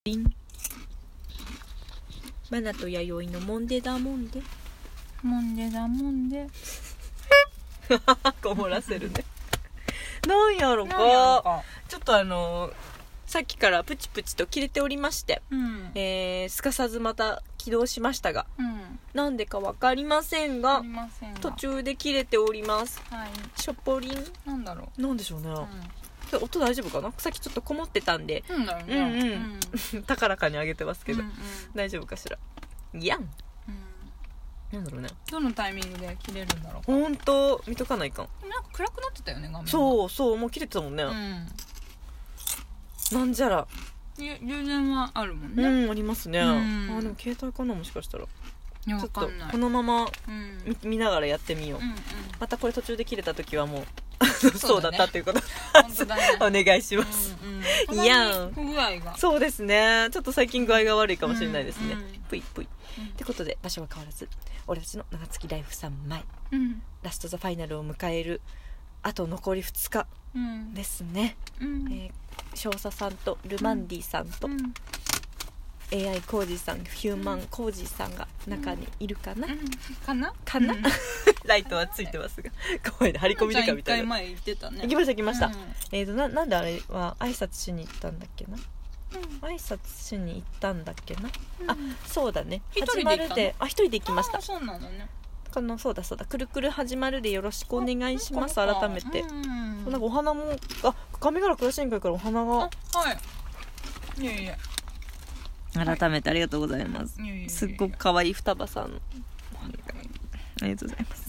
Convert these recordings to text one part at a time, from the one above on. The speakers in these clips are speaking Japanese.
リンマナと弥生のモンデだモンデもんでだもんでこもらせるねなんやろかちょっとさっきからプチプチと切れておりまして、すかさずまた起動しましたが、なんでかわかりませんが途中で切れております。 はい、 しょっぽりんなんだろう、 なんでしょうね、音大丈夫かな。さっきちょっとこもってたんで、 なんだろうね、 高らかに上げてますけど、大丈夫かしら。いやん、なんだろうね、 どのタイミングで切れるんだろうか。 ほんと見とかないかん。 なんか暗くなってたよね、画面。 そうそう、もう切れてたもんね、なんじゃら充電はあるもんね。 ありますね。でも携帯かな、もしかしたら。 ちょちょっとこのまま見ながらやってみよう。またこれ途中で切れた時はもうそうだったっていうことお願いします。いやん、 具合がそうですね、ちょっと最近具合が悪いかもしれないですね。ぷいぷいってことで、場所は変わらず俺たちの長月ライフさん前、ラストザファイナルを迎えるあと残り2日ですね。少佐さんとルマンディさんと、AI コージさん、ヒューマンコージさんが中にいるかな、かな、ライトはついてますが、ごめんね、張り込みでかみたいな。 1回前行ってたね。 行きました、なんであれは挨拶しに行ったんだっけな、挨拶しに行ったんだっけな、あ、そうだね、始まるで、一人で行きました。 そうなんだね。 そうだくるくる始まるでよろしくお願いします。改めてなんかお花も、髪柄クラシンカからお花が、 いやいや、 改めてありがとうございます。すっごく可愛い双葉さんのありがとうございます。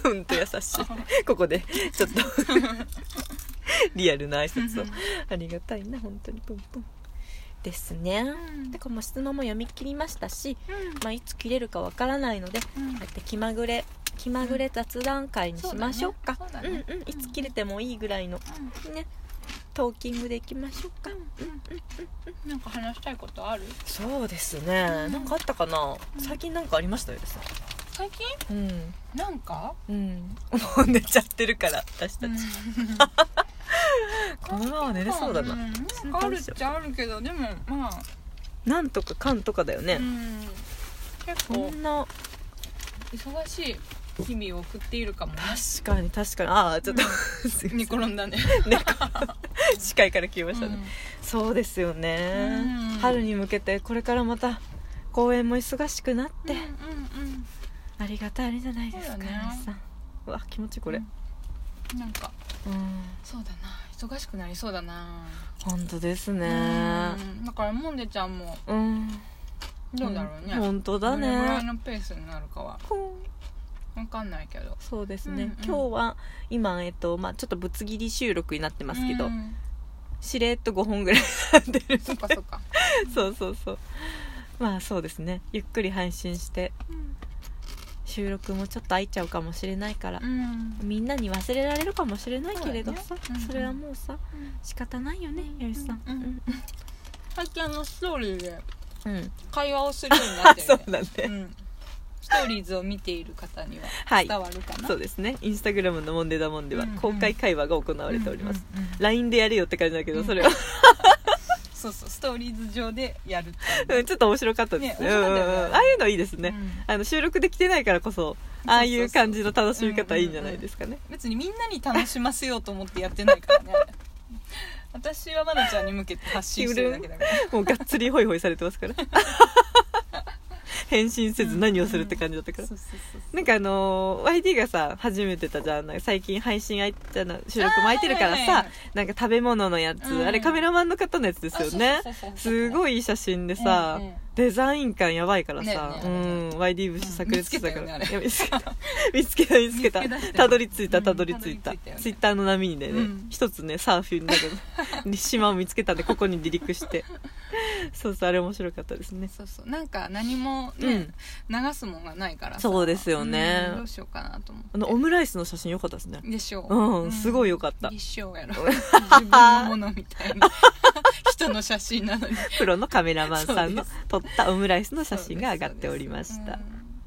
ほんと優しい。ここでちょっとリアルな挨拶をありがたいな、本当に。プンプンですね。だからもう質問も読み切りましたし、いつ切れるかわからないので、こうやって気まぐれ雑談会にしましょうか。いつ切れてもいいぐらいのね、トーキングでいきましょうか。 なんか話したいことある？ そうですね、なんかあったかな。最近なんかありましたよね。 最近？なんか？ もう寝ちゃってるから私たち。このまま寝れそうだな。 あるっちゃあるけど、でもまあなんとかかんとかだよね。 結構そんな忙しい日々を送っているかもね。 確かにああ、ちょっと寝転んだね。 視界から消えましたね。そうですよね。春に向けてこれからまた公演も忙しくなって、ありがたいあれじゃないですか。うわ、気持ちいいこれ。 なんかそうだな、忙しくなりそうだな。 本当ですね。 だからモンデちゃんもどうだろうね。 本当だね。 どれぐらいのペースになるかは分かんないけど。 そうですね、今日は今ちょっとぶつ切り収録になってますけど、しれっと5本ぐらい出る。 そっかそうまあそうですね、ゆっくり配信して、収録もちょっと空いちゃうかもしれないから、みんなに忘れられるかもしれないけれどさ、それはもうさ、仕方ないよね、よしさん。 最近ストーリーで会話をするようになってるね。 そうだね、 ストーリーズを見ている方には伝わるかな。 そうですね、インスタグラムのモンデダモンでは公開会話が行われております。 LINE でやれよって感じだけど、それはそうストーリーズ上でやるっていう、 ちょっと面白かったです。ああいうのいいですね。収録できてないからこそ、ああいう感じの楽しみ方いいんじゃないですかね。 別にみんなに楽しませようと思ってやってないからね。私はまなちゃんに向けて発信してるだけだから。 もうがっつりホイホイされてますから。返信せず何をするって感じだったから。なんかYD がさ始めてたじゃん、最近配信収録も空いてるからさ、なんか食べ物のやつ、あれカメラマンの方のやつですよね。すごいいい写真でさ、デザイン感やばいからさ、YD 節炸裂だから、見つけたたどり着いたツイッターの波にね、一つねサーフィンだけど島を見つけたんで、ここに離陸して、そうあれ面白かったですね。 なんか何もね、流すもんがないからさ。そうですよね、 どうしようかなと思って。 オムライスの写真良かったですね。 でしょう。 すごい良かった。 一緒やろ。自分のものみたいな人の写真なのに、 プロのカメラマンさんの撮ったオムライスの写真が上がっておりました。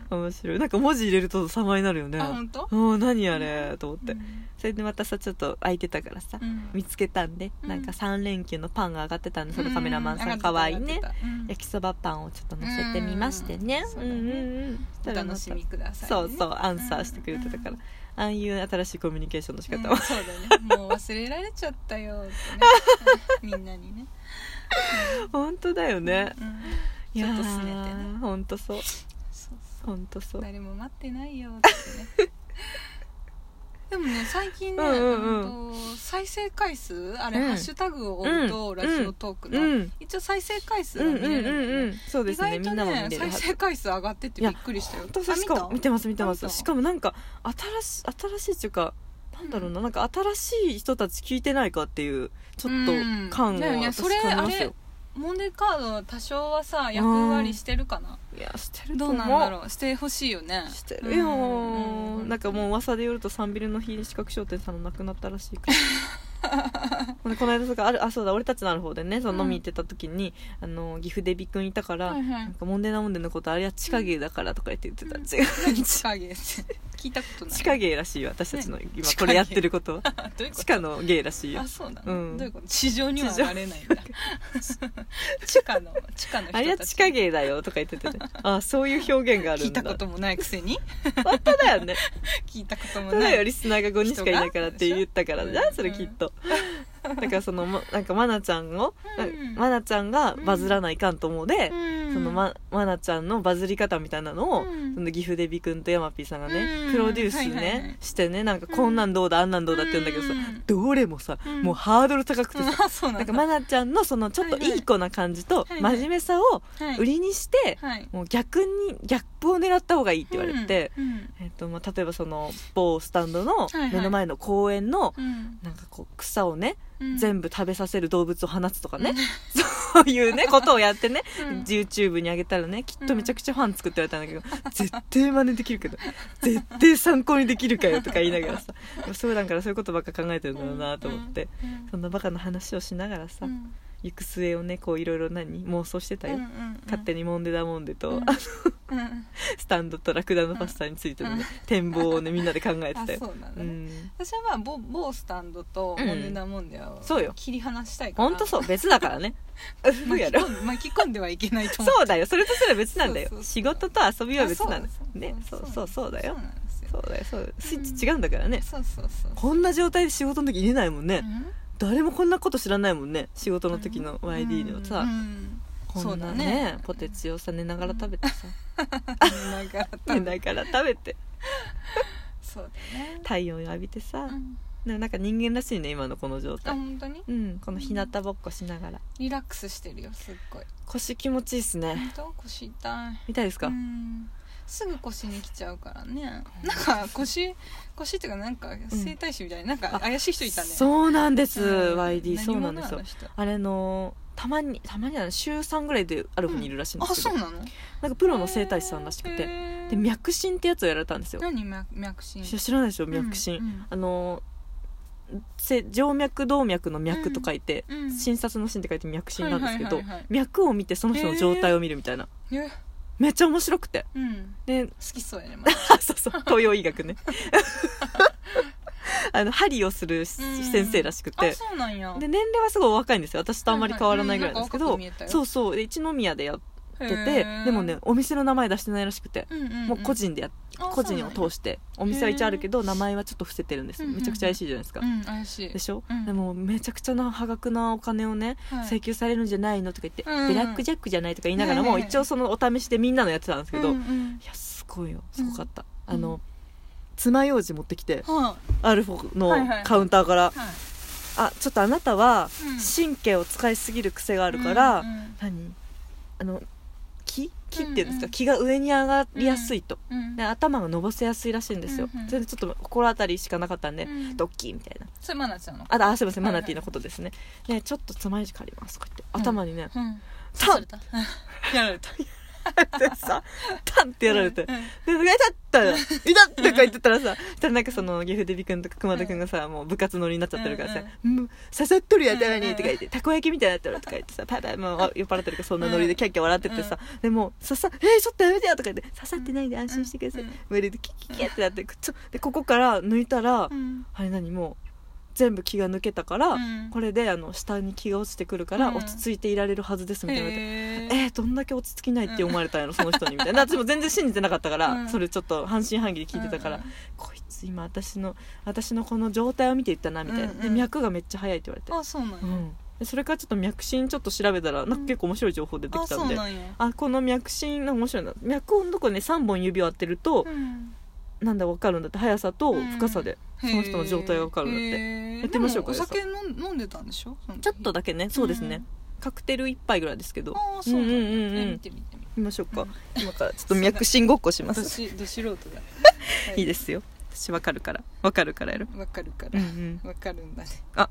面白い。なんか文字入れると様になるよね。 あ、本当？ 何あれと思って、 うん、 それでまたさちょっと空いてたからさ、見つけたんで、なんか3連休のパンが上がってたんで、そのカメラマンさんかわいいね、焼きそばパンをちょっと乗せてみましてね、 お楽しみください、 そうそう、アンサーしてくれてたから、ああいう新しいコミュニケーションの仕方は、 そうだね、もう忘れられちゃったよってねみんなにね、 本当だよね、 ちょっとすねてね、 本当そう、 そう本当そう、 誰も待ってないよってねでもね最近ね、再生回数あれ、ハッシュタグを追うと、ラジオトークの、一応再生回数が見れるんだよね、 そうですね、 意外とね、 みんなも見れるはず、 再生回数上がってってびっくりしたよ。 しかも見てます。しかもなんか新しいっていうか、なんだろうな、なんか新しい人たち聞いてないかっていうちょっと感を私感じますよ。 モンデカード多少はさ役割してるかな。 いやしてると思う。どうなんだろう、してほしいよね。 してるよ、なんかもう噂でよるとサンビルの日四角商店さんの亡くなったらしいからこの間とかそうだ、俺たちのある方でね、その飲み行ってた時に、岐阜デビ君いたから、なんかモンデナモンデのことあれは地下芸だからとか言ってた、違う、 地下芸って聞いたことない。 地下芸らしいよ、私たちの今これやってることは地下の芸らしいよ。 あ、そうなの、どういうこと？地上にはなれないんだ地下の人たち、 あれは地下芸だよとか言ってて、ね、あ、そういう表現があるんだ。 聞いたこともないくせに本当だよね聞いたこともたない。 だよリスナーが5人しかいないからって言ったからじゃあそれきっとだからそのなんかマナちゃんを、マナちゃんがバズらないかんと思うで、そのマナちゃんのバズり方みたいなのを、その岐阜デビ君とヤマピーさんがね、プロデュースね、してね、なんかこんなんどうだあんなんどうだって言うんだけどさ、どれもさ、もうハードル高くてさ、なんかマナちゃんのそのちょっといい子な感じと真面目さを売りにして、もう逆にギャップを狙った方がいいって言われて、例えばその某スタンドの目の前の公園のなんかこう草をね、全部食べさせる動物を放つとかね、そういうねことをやってね、YouTube に上げたらね、きっとめちゃくちゃファン作って言われたんだけど、絶対真似できるけど絶対参考にできるかよとか言いながらさ、そうだからそういうことばっか考えてるんだろうなと思って、そんなバカな話をしながらさ、行く末をねこういろいろ妄想してたよ、勝手にモンデダモンデと、スタンドとラクダのパスタについてのね、展望をねみんなで考えてたよ。 そうなんだね、私はまあ某スタンドとモンデダモンデを切り離したいから、 本当そう、別だからね巻き込んではいけないと思う。 そうだよ、それとそれは別なんだよ。仕事と遊びは別なんですね。そうだよ、そうだよ、スイッチ違うんだからね。こんな状態で仕事の時入れないもんね、誰もこんなこと知らないもんね、仕事の時の YD のさ、こんなねポテチをさ寝ながら食べてさ寝ながら食べてそうだね、 太陽を浴びてさ、なんか人間らしいね今のこの状態。 本当に、 この日向ぼっこしながらリラックスしてるよ、すっごい。 腰気持ちいいっすね。 本当？腰痛い。 痛いですか？ すぐ腰に来ちゃうからね。なんか腰っていうか、なんか整体師みたいな、なんか怪しい人いたね。 そうなんです、YD。 そうなんですよ。あれのたまに週3ぐらいでアルフにいるらしいんですけど、 あ、そうなの？ なんかプロの整体師さんらしくて、で脈診ってやつをやられたんですよ。 何脈診？ 知らないでしょ脈診、静脈動脈の脈と書いて、診察の診って書いて脈診なんですけど、脈を見てその人の状態を見るみたいな、めっちゃ面白くて、で好きそうやね、 そう東洋医学ね針をする先生らしくて、 そうなんや。 で年齢はすごいお若いんですよ、私とあんまり変わらないぐらいなんですけど、そうで一宮でやってて、でもねお店の名前出してないらしくて、もう個人を通して、お店は一応あるけど名前はちょっと伏せてるんです。めちゃくちゃ怪しいじゃないですか、 怪しいでしょ、でもめちゃくちゃな破額なお金をね、請求されるんじゃないのとか言って、ブラックジャックじゃないとか言いながらも、一応そのお試しでみんなのやってたんですけど、いやすごいよ、すごかった。爪楊枝持ってきて、アルフォのカウンターから、ちょっとあなたは神経を使いすぎる癖があるから、気っていうんですか、気が上に上がりやすいと、で頭がのぼせやすいらしいんですよ、それでちょっと心当たりしかなかったんで、ドッキーみたいな。 それマナちゃんの？ すいません、マナティーのことですね。でちょっとつまようじ借りますとか言って、頭にね、 やられたってさタンってやられて、 うんうんで痛った痛っとか言ってたらさ、そしたらなんかその岐阜デビ君とか熊田君がさ、もう部活乗りになっちゃってるからさ、もう刺さっとるやったらにとか言って、たこ焼きみたいになってるとか言ってさ、パパもう酔っ払ってるからそんなノリでキャッキャ笑っててさ、でもちょっとやめてよとか言って、刺さってないで安心してください、無理でキキキってなって、でここから抜いたら、あれ何もう全部気が抜けたから、これで下に気が落ちてくるから落ち着いていられるはずですみたいな言われて、どんだけ落ち着きないって思われたんやろその人にみたいな。私も全然信じてなかったから、それちょっと半信半疑で聞いてたから、こいつ今私のこの状態を見て言ったなみたいな、で脈がめっちゃ速いって言われて、 あそうなんや、 でそれからちょっと脈診ちょっと調べたらなんか結構面白い情報出てきたんで、この脈診なんか面白いな、脈をどこね3本指を当てると、なんだ分かるんだって、速さと深さでその人の状態が分かるんだって。やってみましょうか。 お酒飲んでたんでしょちょっとだけね。そうですね、カクテル1杯ぐらいですけど。 ああそうなんだ、見てみましょうか、今からちょっと脈診ごっこします。 ど素人だいいですよ、私分かるからやる。 分かるから分かるんだね。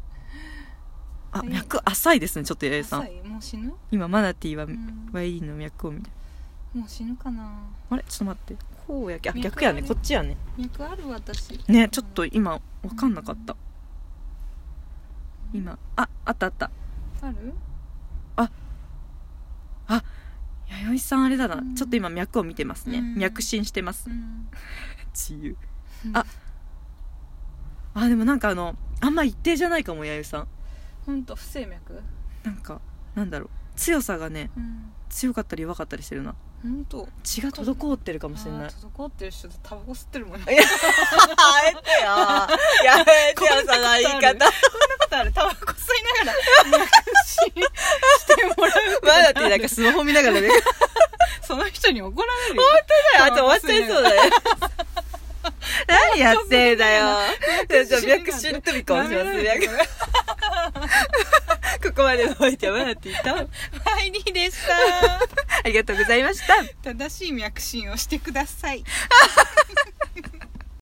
脈浅いですねちょっと。八重さんもう死ぬ。 今マナティーは YD の脈を見て、 もう死ぬかな。 あれちょっと待って、こうや逆やね、こっちやね。 脈ある私ね、ちょっと今分かんなかった。今あったある。 弥生さんあれだな、ちょっと今脈を見てますね、脈診してます、自由。でもなんかあんま一定じゃないかも弥生さん。 ほんと不整脈。 なんかなんだろう、強さがね、強かったり弱かったりしてるな。 ほんと血が滞ってるかもしれない。 滞ってる人ってタバコ吸ってるもんね。 やめてよその言い方。こんなことある。タバコ吸いながら脈診してもらう。 だってなんかスマホ見ながらね。 その人に怒られるよ。 本当だよ、あと終わっちゃいそうだよ。何やってんだよ。じゃあ脈診飛び込みします。ここまでのおいてはって言った。 マイリーでした。 ありがとうございました。 正しい脈診をしてください。